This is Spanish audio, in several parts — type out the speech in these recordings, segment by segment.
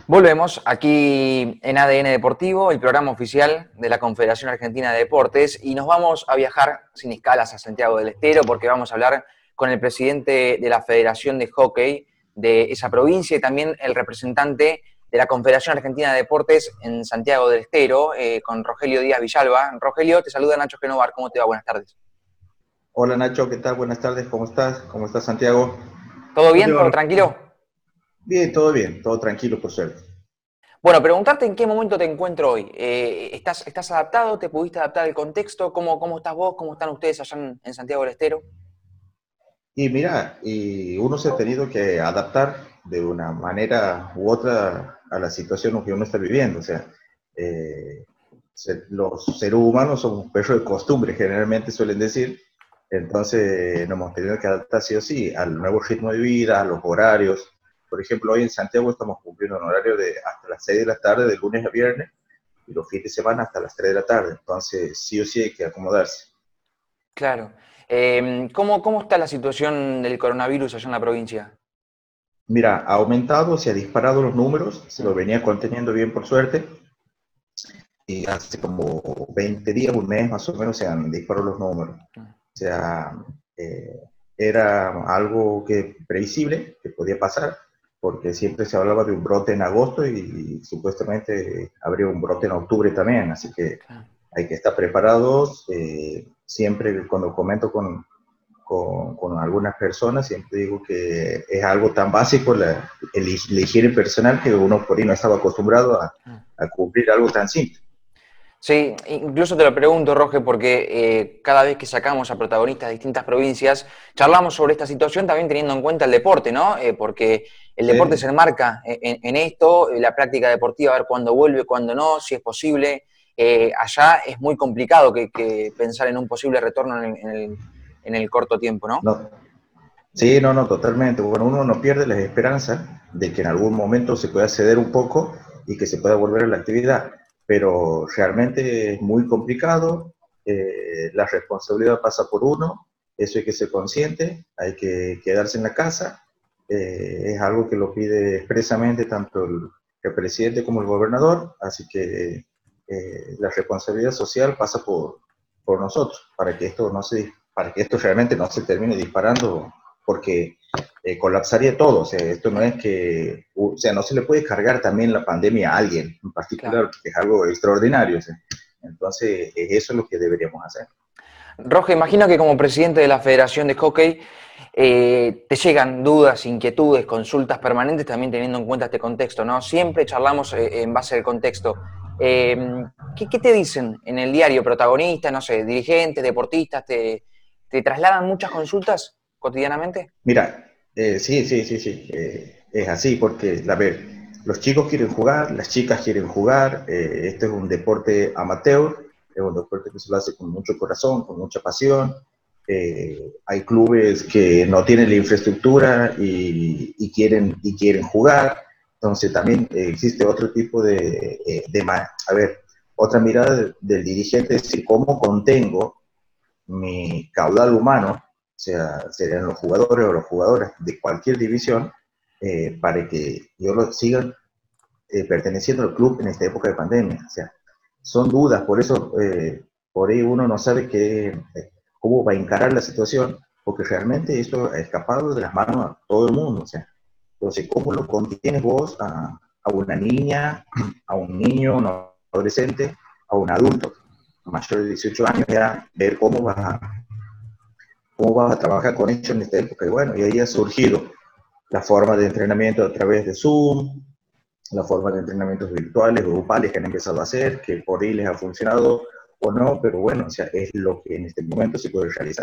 Volvemos aquí en ADN Deportivo, el programa oficial de la Confederación Argentina de Deportes, y nos vamos a viajar sin escalas a Santiago del Estero porque vamos a hablar con el presidente de la Federación de Hockey de esa provincia y también el representante de la Confederación Argentina de Deportes en Santiago del Estero, con Rogelio Díaz Villalba. Rogelio, te saluda Nacho Genovar, ¿cómo te va? Buenas tardes. Hola Nacho, ¿qué tal? Buenas tardes, ¿cómo estás? ¿Cómo estás, Santiago? ¿Todo ¿Cómo te bien? va, ¿Todo Rogelio? tranquilo? Bien, todo tranquilo, por suerte. Bueno, preguntarte en qué momento te encuentro hoy. ¿Estás adaptado? ¿Te pudiste adaptar al contexto? ¿Cómo estás vos? ¿Cómo están ustedes allá en Santiago del Estero? Y mira, y uno se ha tenido que adaptar de una manera u otra a la situación que uno está viviendo. O sea, eh, los seres humanos somos perros de costumbre, generalmente suelen decir. Entonces nos hemos tenido que adaptar sí o sí al nuevo ritmo de vida, a los horarios. Por ejemplo, hoy en Santiago estamos cumpliendo un horario de hasta las 6 de la tarde, de lunes a viernes, y los fines de semana hasta las 3 de la tarde. Entonces, sí o sí hay que acomodarse. Claro. ¿Cómo está la situación del coronavirus allá en la provincia? Mira, ha aumentado, se ha disparado los números, se lo Mm, venía conteniendo bien por suerte, y hace como 20 días, un mes más o menos, se han disparado los números. mm. O sea, eh, era algo que previsible, que podía pasar, porque siempre se hablaba de un brote en agosto y supuestamente habría un brote en octubre también, así que Claro. hay que estar preparados. Siempre cuando comento con algunas personas, siempre digo que es algo tan básico la higiene personal que uno por ahí no estaba acostumbrado Mm. a cumplir algo tan simple. Sí, incluso te lo pregunto, Roge, porque cada vez que sacamos a protagonistas de distintas provincias, charlamos sobre esta situación también teniendo en cuenta el deporte, ¿no? Porque el deporte se Sí, enmarca en esto, la práctica deportiva, a ver cuándo vuelve, cuándo no, si es posible. Allá es muy complicado que pensar en un posible retorno en el corto tiempo, ¿no? no, sí, no, totalmente. Bueno, uno no pierde la esperanza de que en algún momento se pueda ceder un poco y que se pueda volver a la actividad, pero realmente es muy complicado. La responsabilidad pasa por uno, eso hay que ser consciente, hay que quedarse en la casa. Es algo que lo pide expresamente tanto el presidente como el gobernador, así que la responsabilidad social pasa por nosotros para que esto no se, para que esto realmente no se termine disparando, porque colapsaría todo. O sea, esto no es que, o sea, no se le puede cargar también la pandemia a alguien en Claro. particular, que es algo extraordinario. O sea. Entonces, eso es lo que deberíamos hacer. Roge, imagino que como presidente de la Federación de Hockey te llegan dudas, inquietudes, consultas permanentes, también teniendo en cuenta este contexto, ¿no? Siempre charlamos en base al contexto. ¿Qué te dicen en el diario protagonistas, no sé, dirigentes, deportistas? ¿Te trasladan muchas consultas cotidianamente? Mira, sí, es así, porque, a ver, los chicos quieren jugar, las chicas quieren jugar, este es un deporte amateur, es un deporte que se lo hace con mucho corazón, con mucha pasión. Hay clubes que no tienen la infraestructura y quieren jugar, entonces también existe otro tipo a ver, otra mirada del dirigente es decir, cómo contengo mi caudal humano, o sea, serían los jugadores o las jugadoras de cualquier división, para que yo lo sigan perteneciendo al club en esta época de pandemia. O sea, son dudas, por eso por ahí uno no sabe cómo va a encarar la situación, porque realmente esto ha escapado de las manos a todo el mundo. O sea, entonces, ¿cómo lo contienes vos a una niña, a un niño, a un adolescente, a un adulto mayor de 18 años, ya ver cómo vas a trabajar con ellos en esta época? Y bueno, y ahí ha surgido la forma de entrenamiento a través de Zoom, la forma de entrenamientos virtuales, grupales que han empezado a hacer, que por ahí les ha funcionado o no, pero bueno, o sea, es lo que en este momento se puede realizar.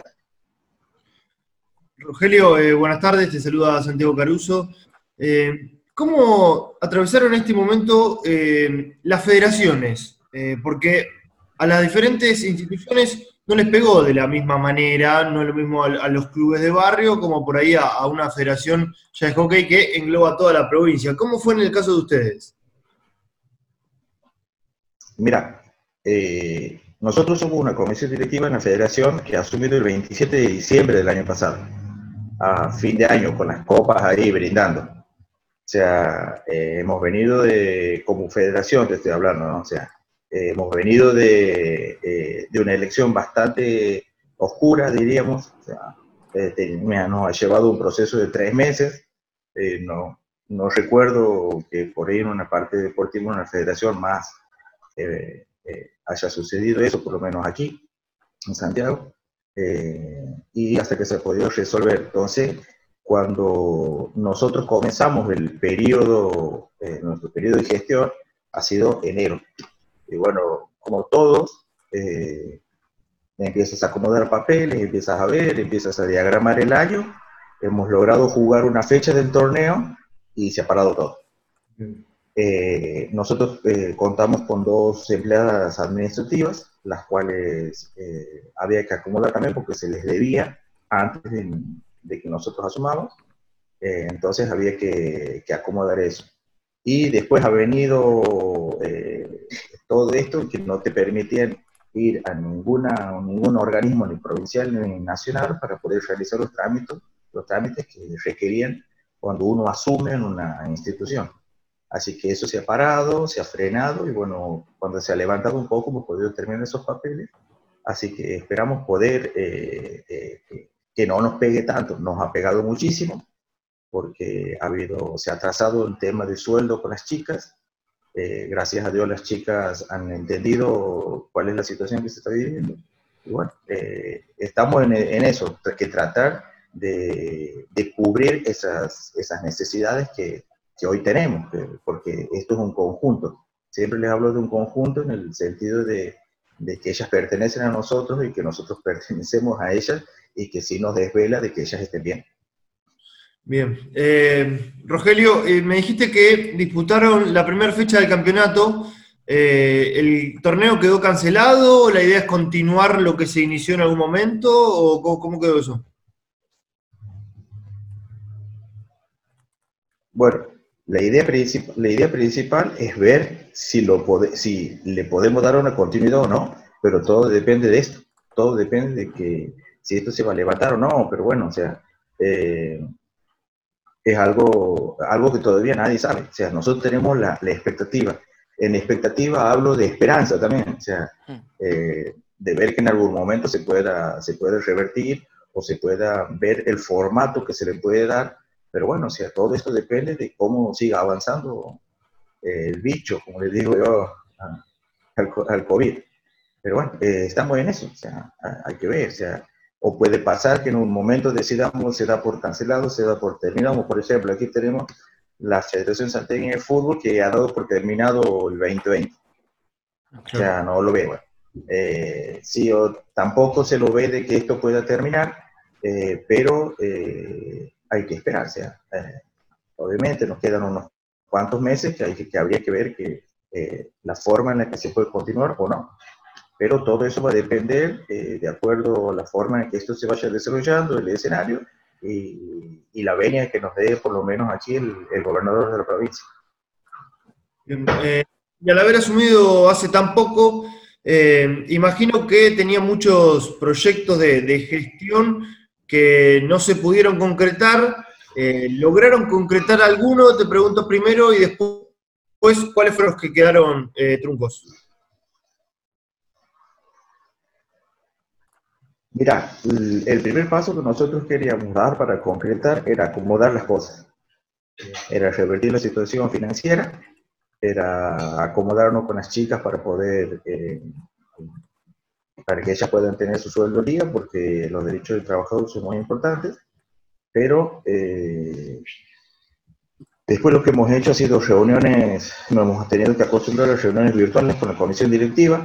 Rogelio, buenas tardes, te saluda Santiago Caruso. ¿Cómo atravesaron este momento las federaciones? Porque a las diferentes instituciones no les pegó de la misma manera, no es lo mismo a los clubes de barrio como por ahí a una federación ya de hockey que engloba toda la provincia. ¿Cómo fue en el caso de ustedes? Mira, nosotros somos una comisión directiva en la federación que ha asumido el 27 de diciembre del año pasado, a fin de año, con las copas ahí brindando. sea, hemos venido como federación, te estoy hablando, ¿no? O sea, hemos venido de una elección bastante oscura, diríamos. O sea, nos ha llevado un proceso de 3 meses. No recuerdo que por ahí en una parte deportiva, en una federación más, haya sucedido eso, por lo menos aquí, en Santiago, y hasta que se ha podido resolver. Entonces, cuando nosotros comenzamos nuestro periodo de gestión, ha sido enero. Y bueno, como todos, empiezas a acomodar papeles, empiezas a ver, empiezas a diagramar el año. Hemos logrado jugar una fecha del torneo y se ha parado todo. Nosotros contamos con 2 empleadas administrativas, las cuales había que acomodar también porque se les debía antes de que nosotros asumamos. Entonces había que acomodar eso. Y después ha venido todo esto que no te permitían ir a ningún organismo, ni provincial ni nacional, para poder realizar los trámites que requerían cuando uno asume en una institución. Así que eso se ha parado, se ha frenado, y bueno, cuando se ha levantado un poco hemos podido terminar esos papeles. Así que esperamos poder que no nos pegue tanto. Nos ha pegado muchísimo porque se ha atrasado el tema de sueldo con las chicas. Gracias a Dios las chicas han entendido cuál es la situación que se está viviendo. Y bueno, estamos en eso, que tratar de cubrir esas necesidades que hoy tenemos, porque esto es un conjunto. Siempre les hablo de un conjunto en el sentido de que ellas pertenecen a nosotros y que nosotros pertenecemos a ellas, y que sí nos desvela de que ellas estén bien. Bien. Rogelio, me dijiste que disputaron la primera fecha del campeonato. ¿El torneo quedó cancelado? ¿La idea es continuar lo que se inició en algún momento? ¿O cómo quedó eso? Bueno, la idea principal es ver si le podemos dar una continuidad o no, pero todo depende de esto. Todo depende de que si esto se va a levantar o no, pero bueno, o sea, es algo que todavía nadie sabe. O sea, nosotros tenemos la expectativa. En expectativa hablo de esperanza también, o sea, de ver que en algún momento se pueda revertir, o se pueda ver el formato que se le puede dar. Pero bueno, o sea, todo esto depende de cómo siga avanzando el bicho, como les digo yo, al COVID. Pero bueno, estamos en eso, o sea, hay que ver, o sea, o puede pasar que en un momento decidamos, se da por cancelado, se da por terminado. Por ejemplo, aquí tenemos la Federación Santiagueña de Fútbol, que ha dado por terminado el 2020. O sea, no lo veo. Sí, tampoco se lo ve de que esto pueda terminar, pero hay que esperar. O sea, obviamente nos quedan unos cuantos meses que habría que ver la forma en la que se puede continuar o no. Pero todo eso va a depender de acuerdo a la forma en que esto se vaya desarrollando, el escenario, y la venia que nos dé por lo menos aquí el gobernador de la provincia. Y al haber asumido hace tan poco, imagino que tenía muchos proyectos de gestión que no se pudieron concretar. ¿Lograron concretar alguno? Te pregunto primero, y después, ¿cuáles fueron los que quedaron truncos? Mira, el primer paso que nosotros queríamos dar para concretar era acomodar las cosas. Era revertir la situación financiera, era acomodarnos con las chicas para que ellas puedan tener su sueldo al día, porque los derechos del trabajador son muy importantes. Pero después lo que hemos hecho ha sido reuniones, nos hemos tenido que acostumbrar a reuniones virtuales con la comisión directiva.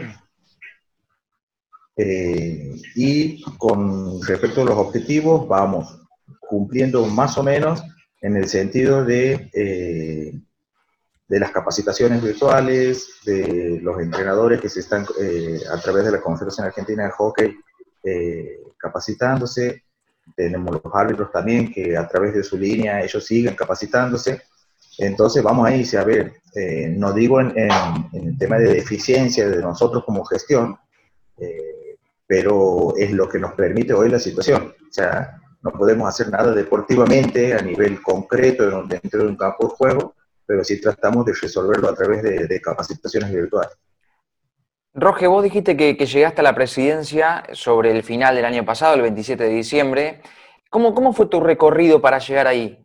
Y con respecto a los objetivos, vamos cumpliendo más o menos en el sentido de las capacitaciones virtuales, de los entrenadores que se están a través de la Confederación Argentina de Hockey capacitándose. Tenemos los árbitros también que a través de su línea ellos siguen capacitándose. Entonces vamos a irse a ver, no digo en el tema de deficiencia de nosotros como gestión, pero es lo que nos permite hoy la situación. O sea, no podemos hacer nada deportivamente a nivel concreto dentro de un campo de juego, pero sí tratamos de resolverlo a través de capacitaciones virtuales. Roge, vos dijiste que llegaste a la presidencia sobre el final del año pasado, el 27 de diciembre. ¿Cómo fue tu recorrido para llegar ahí?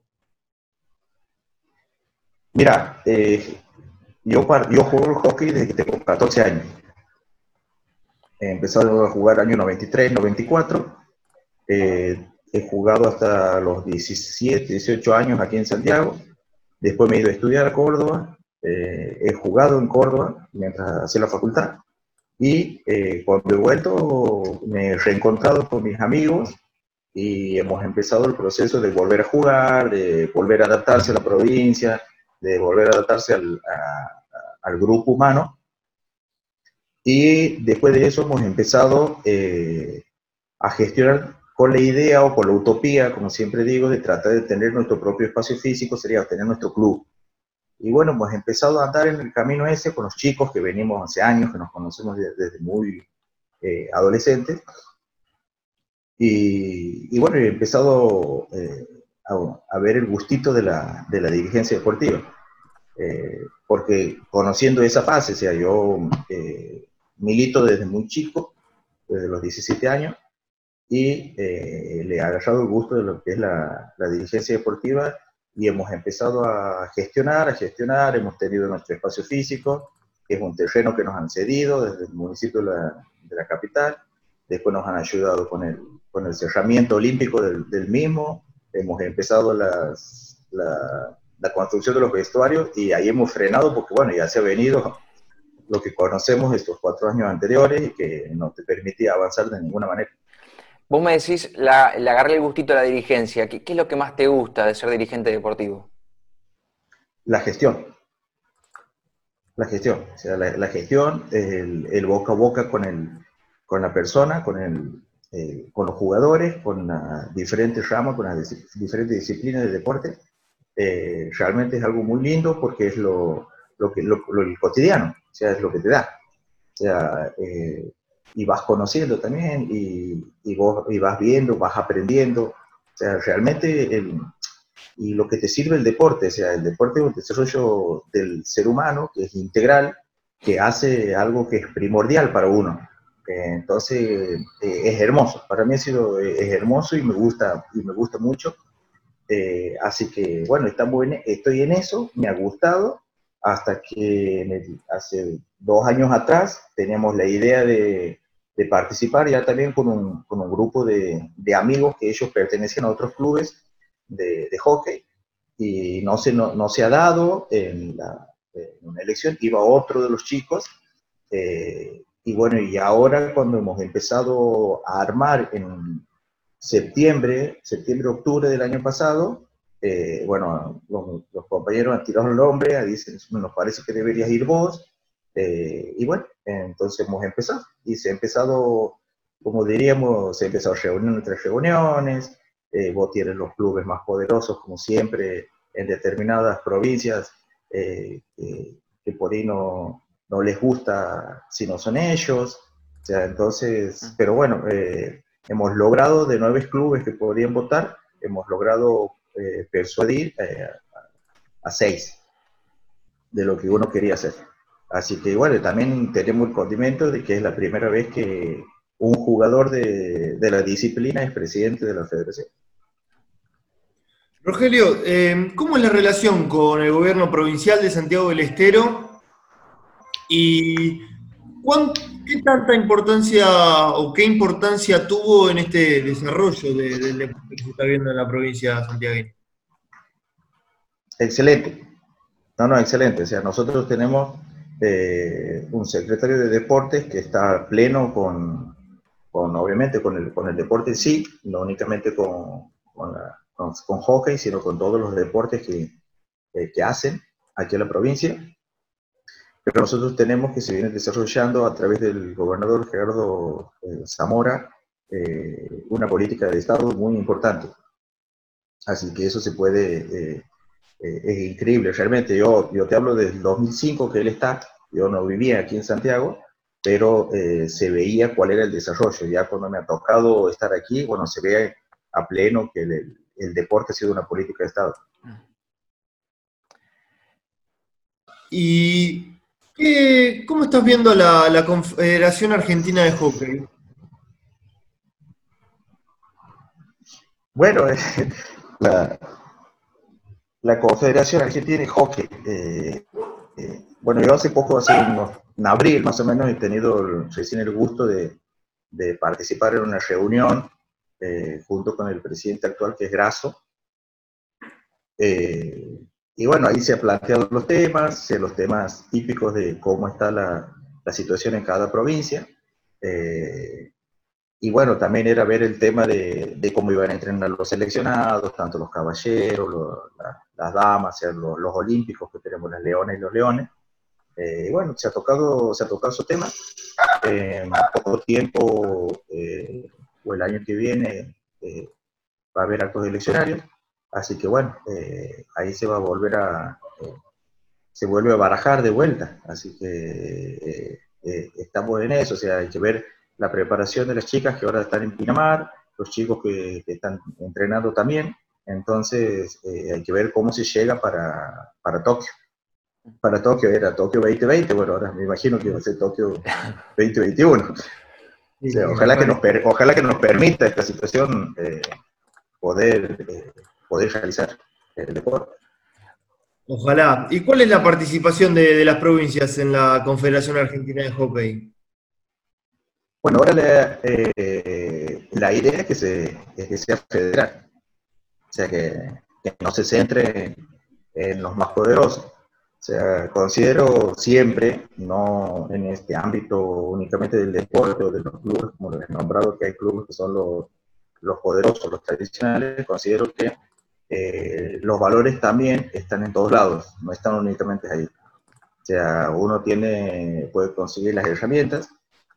Mira, yo juego hockey desde que tengo 14 años. He empezado a jugar año 93, 94. He jugado hasta los 17, 18 años aquí en Santiago. Después me he ido a estudiar a Córdoba. He jugado en Córdoba mientras hacía la facultad. Y cuando he vuelto me he reencontrado con mis amigos y hemos empezado el proceso de volver a jugar, de volver a adaptarse a la provincia, de volver a adaptarse al grupo humano. Y después de eso hemos empezado a gestionar con la idea o con la utopía, como siempre digo, de tratar de tener nuestro propio espacio físico, sería tener nuestro club. Y bueno, hemos empezado a andar en el camino ese con los chicos que venimos hace años, que nos conocemos desde muy adolescentes. Y bueno, he empezado a ver el gustito de la dirigencia deportiva. Porque conociendo esa fase, o sea, yo milito desde muy chico, desde los 17 años, y le he agarrado el gusto de lo que es la dirigencia deportiva y hemos empezado a gestionar, hemos tenido nuestro espacio físico, que es un terreno que nos han cedido desde el municipio de la capital, después nos han ayudado con el cerramiento olímpico del mismo, hemos empezado la construcción de los vestuarios y ahí hemos frenado porque bueno, ya se ha venido lo que conocemos estos 4 años anteriores y que no te permitía avanzar de ninguna manera. Vos me decís, le agarré el gustito a la dirigencia. ¿Qué es lo que más te gusta de ser dirigente deportivo? La gestión. La gestión. O sea, la gestión, el boca a boca con la persona, con los jugadores, con diferentes ramas, con las diferentes disciplinas de deporte. Realmente es algo muy lindo porque es el cotidiano, o sea, es lo que te da. O sea, y vas conociendo también y vas viendo, vas aprendiendo. O sea, realmente y lo que te sirve el deporte, o sea, el deporte es un desarrollo del ser humano que es integral, que hace algo que es primordial para uno. Entonces, es hermoso. Para mí es hermoso y me gusta mucho. Así que, bueno, estoy en eso, me ha gustado, hasta que hace 2 años atrás teníamos la idea de participar ya también con un grupo de amigos que ellos pertenecían a otros clubes de hockey, y no se ha dado en una elección, iba otro de los chicos, y bueno, y ahora cuando hemos empezado a armar en septiembre, octubre del año pasado, bueno, los compañeros han tirado el nombre, dicen, nos parece que deberías ir vos, y bueno, entonces hemos empezado, y se ha empezado, como diríamos, se ha empezado reunión entre reuniones, vos tienes los clubes más poderosos, como siempre, en determinadas provincias, que por ahí no les gusta si no son ellos, o sea, entonces, pero bueno, hemos logrado de 9 clubes que podrían votar, hemos logrado persuadir a 6 de lo que uno quería hacer. Así que bueno, también tenemos el condimento de que es la primera vez que un jugador de la disciplina es presidente de la federación. Rogelio, ¿cómo es la relación con el gobierno provincial de Santiago del Estero? ¿Y qué tanta importancia o qué importancia tuvo en este desarrollo del deporte que se está viendo en la provincia santiagueña? Excelente. No, excelente. O sea, nosotros tenemos un secretario de deportes que está pleno obviamente, con el deporte en sí, no únicamente con hockey, sino con todos los deportes que hacen aquí en la provincia. Pero nosotros tenemos que se viene desarrollando a través del gobernador Gerardo Zamora una política de Estado muy importante. Así que eso se puede, es increíble realmente. Yo te hablo del 2005 que él está, yo no vivía aquí en Santiago, pero se veía cuál era el desarrollo. Ya cuando me ha tocado estar aquí, bueno, se ve a pleno que el deporte ha sido una política de Estado. ¿Y cómo estás viendo la Confederación Argentina de Hockey? Bueno, la, la Confederación Argentina de Hockey, bueno, yo hace poco, en abril más o menos, he tenido recién el gusto de participar en una reunión junto con el presidente actual, que es Grasso. Y bueno, ahí se han planteado los temas típicos de cómo está la situación en cada provincia. Y bueno, también era ver el tema de cómo iban a entrenar los seleccionados, tanto los caballeros, las damas, o sea, los olímpicos que tenemos, las leonas y los leones. Y bueno, se ha tocado esos temas. En poco tiempo, o el año que viene, va a haber actos eleccionarios. Así que bueno, ahí se va a volver se vuelve a barajar de vuelta. Así que estamos en eso, o sea, hay que ver la preparación de las chicas que ahora están en Pinamar, los chicos que están entrenando también. Entonces, hay que ver cómo se llega para Tokio. Para Tokio era Tokio 2020, bueno, ahora me imagino que va a ser Tokio 2021. O sea, ojalá que nos permita esta situación poder, poder realizar el deporte. Ojalá. ¿Y cuál es la participación de las provincias en la Confederación Argentina de Hockey? Bueno, ahora la idea es que sea federal, o sea, que no se centre en los más poderosos. O sea, considero siempre, no en este ámbito únicamente del deporte o de los clubes, como les he nombrado, que hay clubes que son los poderosos, los tradicionales, considero que los valores también están en todos lados, no están únicamente ahí. O sea, uno puede conseguir las herramientas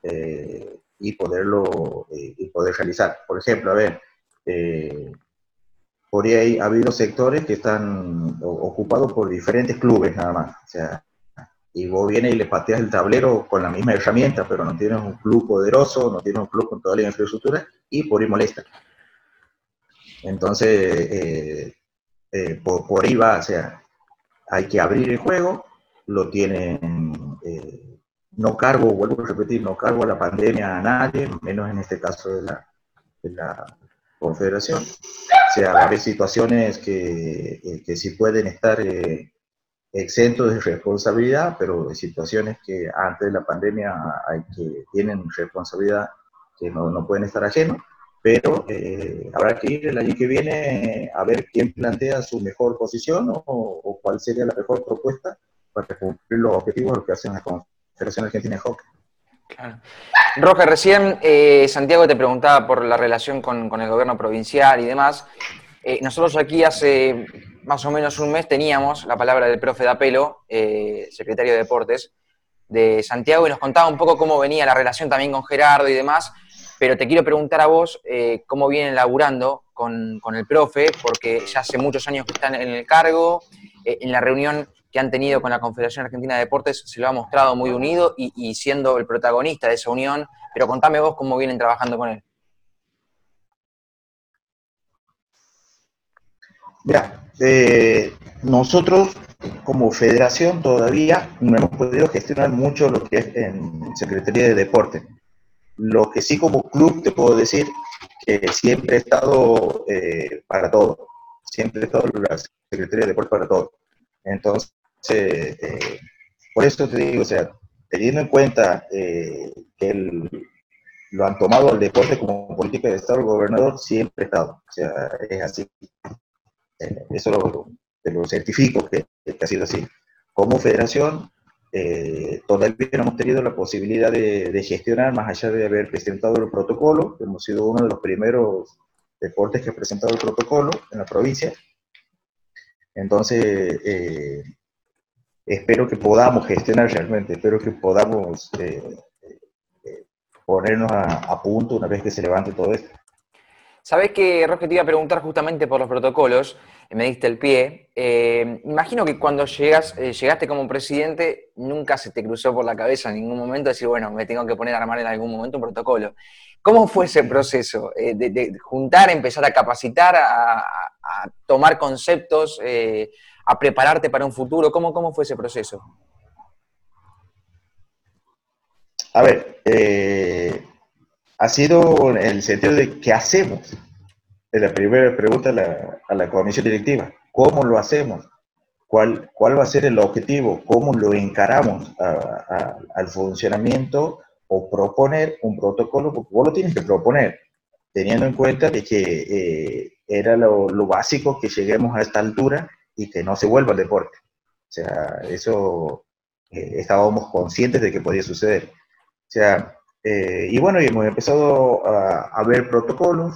y poder realizar. Por ejemplo, a ver, eh, por ahí ha habido sectores que están ocupados por diferentes clubes nada más. O sea, y vos vienes y le pateas el tablero con la misma herramienta, pero no tienes un club poderoso, no tienes un club con toda la infraestructura y por ahí molesta. Entonces, por ahí va, o sea, hay que abrir el juego, lo tienen, no cargo, vuelvo a repetir, no cargo a la pandemia a nadie, menos en este caso de la Confederación. O sea, va a haber situaciones que sí pueden estar exentos de responsabilidad, pero de situaciones que antes de la pandemia tienen responsabilidad que no pueden estar ajenos, pero habrá que ir el año que viene a ver quién plantea su mejor posición o cuál sería la mejor propuesta para cumplir los objetivos de lo que hace la Confederación Argentina de Hockey. Claro. Roger, recién Santiago te preguntaba por la relación con el gobierno provincial y demás. Nosotros aquí hace más o menos un mes teníamos la palabra del profe D'Apelo, secretario de Deportes, de Santiago, y nos contaba un poco cómo venía la relación también con Gerardo y demás, pero te quiero preguntar a vos cómo vienen laburando con el profe, porque ya hace muchos años que están en el cargo, en la reunión que han tenido con la Confederación Argentina de Deportes se lo ha mostrado muy unido y siendo el protagonista de esa unión, pero contame vos cómo vienen trabajando con él. Mira, nosotros como federación todavía no hemos podido gestionar mucho lo que es en Secretaría de Deporte. Lo que sí como club te puedo decir que siempre he estado para todo, siempre he estado en la Secretaría de Deporte para todo. Entonces, por eso te digo, o sea, teniendo en cuenta que lo han tomado el deporte como política de Estado, el gobernador siempre ha estado, o sea, es así. Eso te lo certifico que ha sido así. Como federación, todavía no hemos tenido la posibilidad de gestionar, más allá de haber presentado el protocolo. Hemos sido uno de los primeros deportes que ha presentado el protocolo en la provincia. Entonces, espero que podamos gestionar realmente, espero que podamos ponernos a punto una vez que se levante todo esto. Sabés que, Roge, te iba a preguntar justamente por los protocolos, me diste el pie. Imagino que cuando llegaste como presidente, nunca se te cruzó por la cabeza en ningún momento decir, bueno, me tengo que poner a armar en algún momento un protocolo. ¿Cómo fue ese proceso? De juntar, empezar a capacitar, a tomar conceptos, a prepararte para un futuro. ¿Cómo fue ese proceso? A ver, ha sido en el sentido de qué hacemos. Es la primera pregunta a la comisión directiva. ¿Cómo lo hacemos? ¿Cuál va a ser el objetivo? ¿Cómo lo encaramos al funcionamiento o proponer un protocolo? Porque vos lo tienes que proponer, teniendo en cuenta de que era lo básico que lleguemos a esta altura y que no se vuelva el deporte. O sea, eso estábamos conscientes de que podía suceder. O sea, y bueno, y hemos empezado a ver protocolos.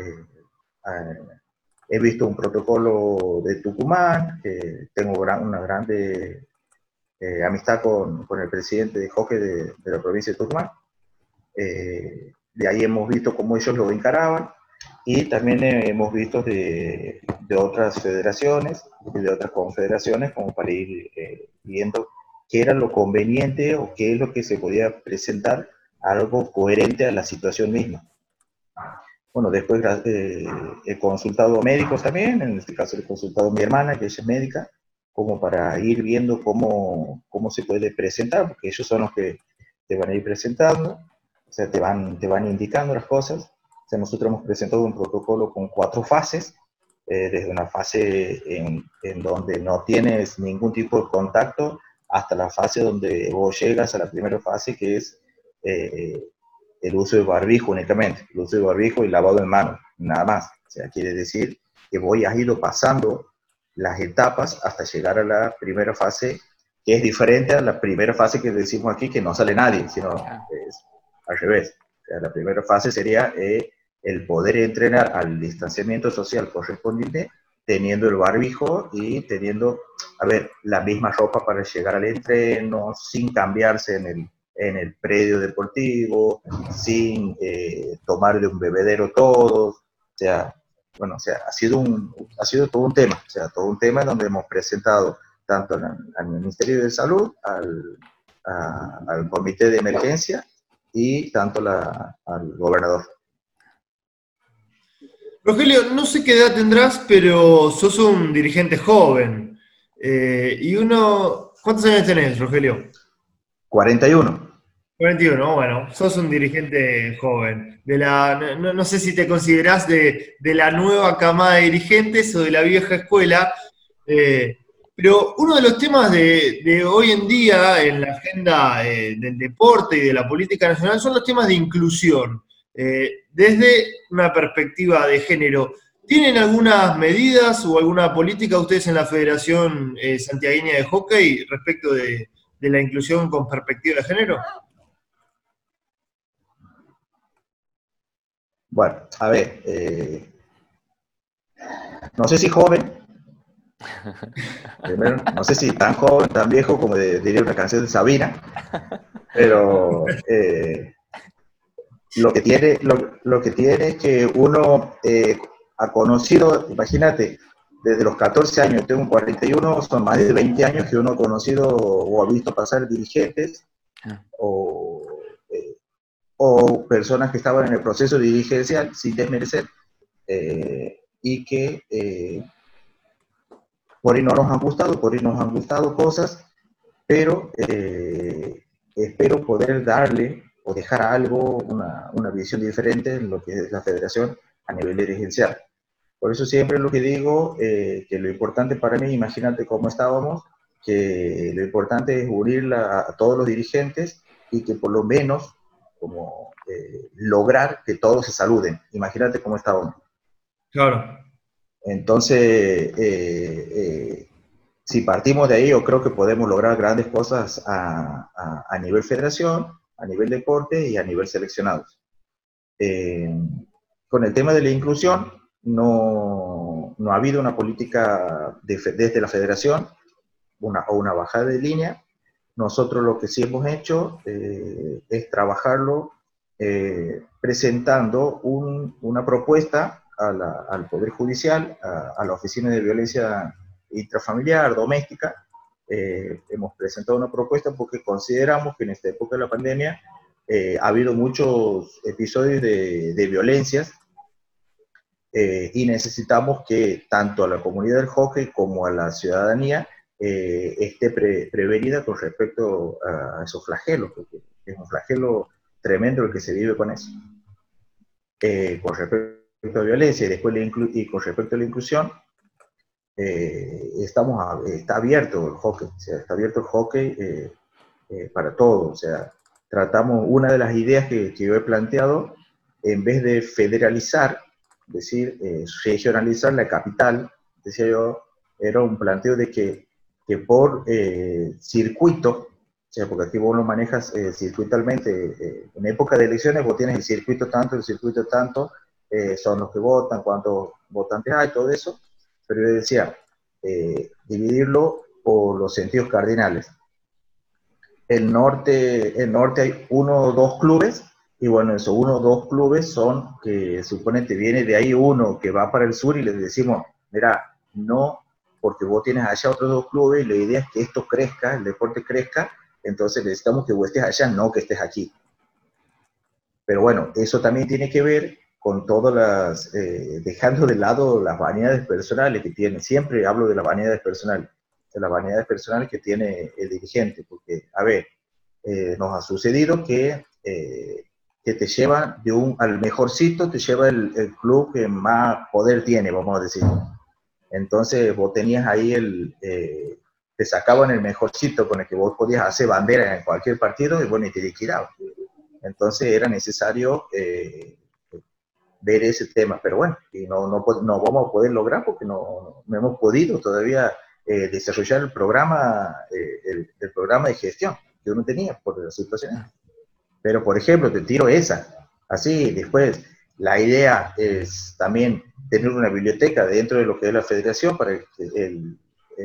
He visto un protocolo de Tucumán, tengo una grande amistad con el presidente de hockey de la provincia de Tucumán. De ahí hemos visto cómo ellos lo encaraban y también hemos visto de otras federaciones y de otras confederaciones como para ir viendo qué era lo conveniente o qué es lo que se podía presentar algo coherente a la situación misma. Bueno, después he consultado a médicos también, en este caso he consultado a mi hermana, que ella es médica, como para ir viendo cómo se puede presentar, porque ellos son los que te van a ir presentando, o sea, te van indicando las cosas. O sea, nosotros hemos presentado un protocolo con 4 fases, desde una fase en donde no tienes ningún tipo de contacto, hasta la fase donde vos llegas a la primera fase, que es el uso de barbijo únicamente, el uso de barbijo y lavado de manos, nada más. O sea, quiere decir que has ido pasando las etapas hasta llegar a la primera fase, que es diferente a la primera fase que decimos aquí, que no sale nadie, sino es al revés. O sea, la primera fase sería el poder entrenar al distanciamiento social correspondiente, teniendo el barbijo y teniendo, a ver, la misma ropa para llegar al entreno, sin cambiarse en el predio deportivo, sin tomar de un bebedero todos. O sea, bueno, o sea, ha sido todo un tema, o sea, todo un tema donde hemos presentado tanto al Ministerio de Salud, al Comité de Emergencia y tanto al gobernador. Rogelio, no sé qué edad tendrás, pero sos un dirigente joven. ¿Cuántos años tenés, Rogelio? 41. 41, bueno, sos un dirigente joven. No sé si te considerás de la nueva camada de dirigentes o de la vieja escuela, pero uno de los temas de hoy en día en la agenda del deporte y de la política nacional son los temas de inclusión. Desde una perspectiva de género, ¿tienen algunas medidas o alguna política ustedes en la Federación Santiagueña de Hockey respecto de la inclusión con perspectiva de género? Bueno, a ver, no sé si joven, primero, no sé si tan joven, tan viejo como diría una canción de Sabina, pero lo que tiene es que uno ha conocido, imagínate, desde los 14 años, tengo 41, son más de 20 años que uno ha conocido o ha visto pasar dirigentes o, o personas que estaban en el proceso dirigencial, sin desmerecer, y que por ahí no nos han gustado, por ahí nos han gustado cosas, pero espero poder darle o dejar algo, una visión diferente en lo que es la federación a nivel dirigencial. Por eso siempre lo que digo, que lo importante para mí, imagínate cómo estábamos, que lo importante es unir a todos los dirigentes y que por lo menos como lograr que todos se saluden. Imagínate cómo estábamos. Claro. Entonces, si partimos de ahí, yo creo que podemos lograr grandes cosas a nivel federación, a nivel deporte y a nivel seleccionados. Eh, con el tema de la inclusión, no ha habido una política desde la federación o una bajada de línea. Nosotros lo que sí hemos hecho es trabajarlo presentando una propuesta al Poder Judicial, a la Oficina de Violencia Intrafamiliar, Doméstica. Hemos presentado una propuesta porque consideramos que en esta época de la pandemia ha habido muchos episodios de violencias y necesitamos que tanto a la comunidad del hockey como a la ciudadanía esté prevenida con respecto a esos flagelos, porque es un flagelo tremendo el que se vive con eso. Con respecto a violencia y después y con respecto a la inclusión, está abierto el hockey, o sea, está abierto el hockey para todo, o sea, tratamos, una de las ideas que yo he planteado, en vez de federalizar, es decir, regionalizar la capital, decía yo, era un planteo de que por circuito, o sea, porque aquí vos lo manejas circuitalmente, en época de elecciones vos tienes el circuito tanto, son los que votan, cuántos votantes hay, todo eso, pero yo decía, dividirlo por los sentidos cardinales. El norte hay uno o dos clubes, y bueno, esos uno o dos clubes son que suponete viene de ahí uno que va para el sur y les decimos, mira, no, porque vos tienes allá otros dos clubes y la idea es que esto crezca, el deporte crezca, entonces necesitamos que vos estés allá, no que estés aquí. Pero bueno, eso también tiene que ver con todas las, dejando de lado las vanidades personales que tiene, siempre hablo de las vanidades personales que tiene el dirigente, porque, a ver, nos ha sucedido que te lleva al mejorcito, te lleva el club que más poder tiene, vamos a decir. Entonces vos tenías ahí te sacaban el mejorcito con el que vos podías hacer bandera en cualquier partido y bueno, y te liquidaban. Entonces era necesario ver ese tema, pero bueno, y no vamos a poder lograr porque no hemos podido todavía desarrollar el programa de gestión que uno tenía por la situación. Pero, por ejemplo, te tiro esa. Así, después, la idea es también tener una biblioteca dentro de lo que es la federación para que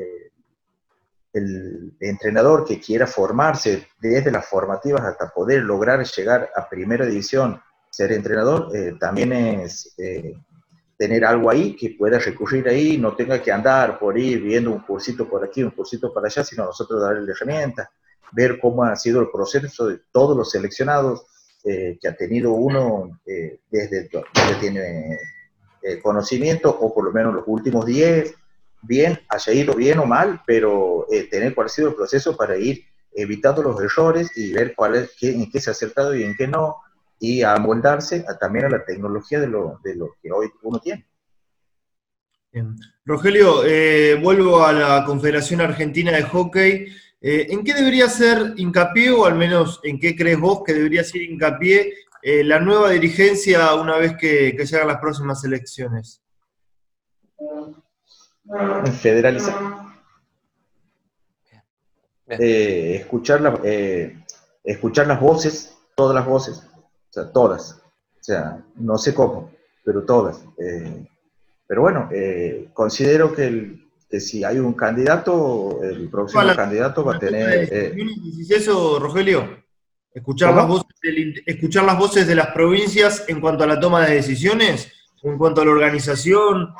el entrenador que quiera formarse desde las formativas hasta poder lograr llegar a primera división, ser entrenador, también es tener algo ahí que pueda recurrir ahí, no tenga que andar por ir viendo un cursito por aquí, un cursito para allá, sino nosotros darle herramientas, ver cómo ha sido el proceso de todos los seleccionados que ha tenido uno desde que tiene conocimiento, o por lo menos los últimos 10, bien, haya ido bien o mal, pero tener cuál ha sido el proceso para ir evitando los errores y ver en qué se ha acertado y en qué no, y amoldarse también a la tecnología de lo que hoy uno tiene. Bien. Rogelio, vuelvo a la Confederación Argentina de Hockey. ¿En qué debería ser hincapié, o al menos en qué crees vos que debería ser hincapié la nueva dirigencia una vez que llegan las próximas elecciones? Federalizar. Escuchar las voces, todas las voces, o sea, todas. O sea, no sé cómo, pero todas. Pero bueno, considero que si hay un candidato, el próximo candidato va a tener... ¿Dices eso, Rogelio? ¿Escuchar las voces de las provincias en cuanto a la toma de decisiones? ¿O en cuanto a la organización?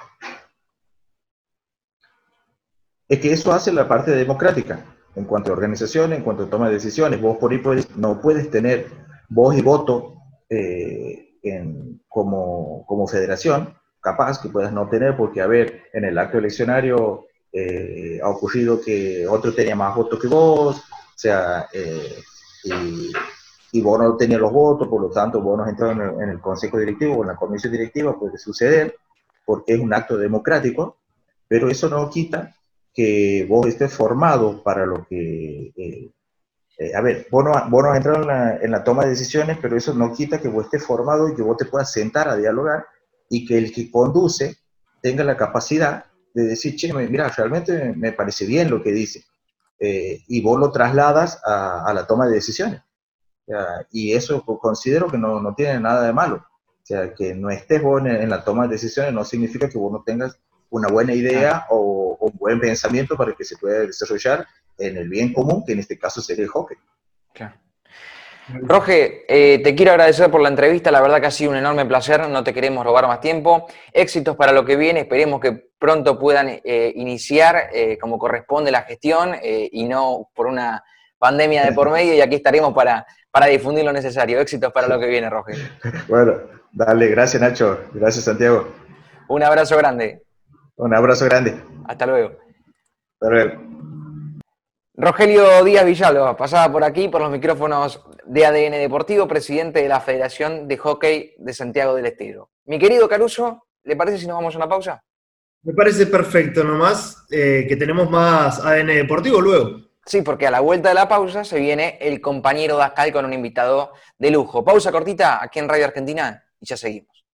Es que eso hace la parte democrática, en cuanto a organización, en cuanto a toma de decisiones. Vos por ahí no puedes tener voz y voto como federación, capaz que puedas no tener, porque, a ver, en el acto eleccionario ha ocurrido que otro tenía más votos que vos, o sea, y vos no tenías los votos, por lo tanto vos no has entrado en el consejo directivo o en la comisión directiva, puede suceder, porque es un acto democrático, pero eso no quita que vos estés formado para lo que... a ver, vos no has entrado en la toma de decisiones, pero eso no quita que vos estés formado y que vos te puedas sentar a dialogar y que el que conduce tenga la capacidad de decir, che, mira, realmente me parece bien lo que dice. Y vos lo trasladas a la toma de decisiones. Y eso considero que no tiene nada de malo. O sea, que no estés vos en la toma de decisiones no significa que vos no tengas una buena idea o un buen pensamiento para que se pueda desarrollar en el bien común, que en este caso sería el hockey. Claro. Roge, te quiero agradecer por la entrevista, la verdad que ha sido un enorme placer, no te queremos robar más tiempo. Éxitos para lo que viene, esperemos que pronto puedan iniciar como corresponde la gestión y no por una pandemia de por medio, y aquí estaremos para difundir lo necesario. Éxitos para lo que viene, Roge. Bueno, dale, gracias Nacho, gracias Santiago. Un abrazo grande. Un abrazo grande. Hasta luego. Hasta luego. Rogelio Díaz Villalba pasaba por aquí, por los micrófonos de ADN Deportivo, presidente de la Federación de Hockey de Santiago del Estero. Mi querido Caruso, ¿le parece si nos vamos a una pausa? Me parece perfecto, nomás que tenemos más ADN Deportivo luego. Sí, porque a la vuelta de la pausa se viene el compañero Dascal con un invitado de lujo. Pausa cortita aquí en Radio Argentina y ya seguimos.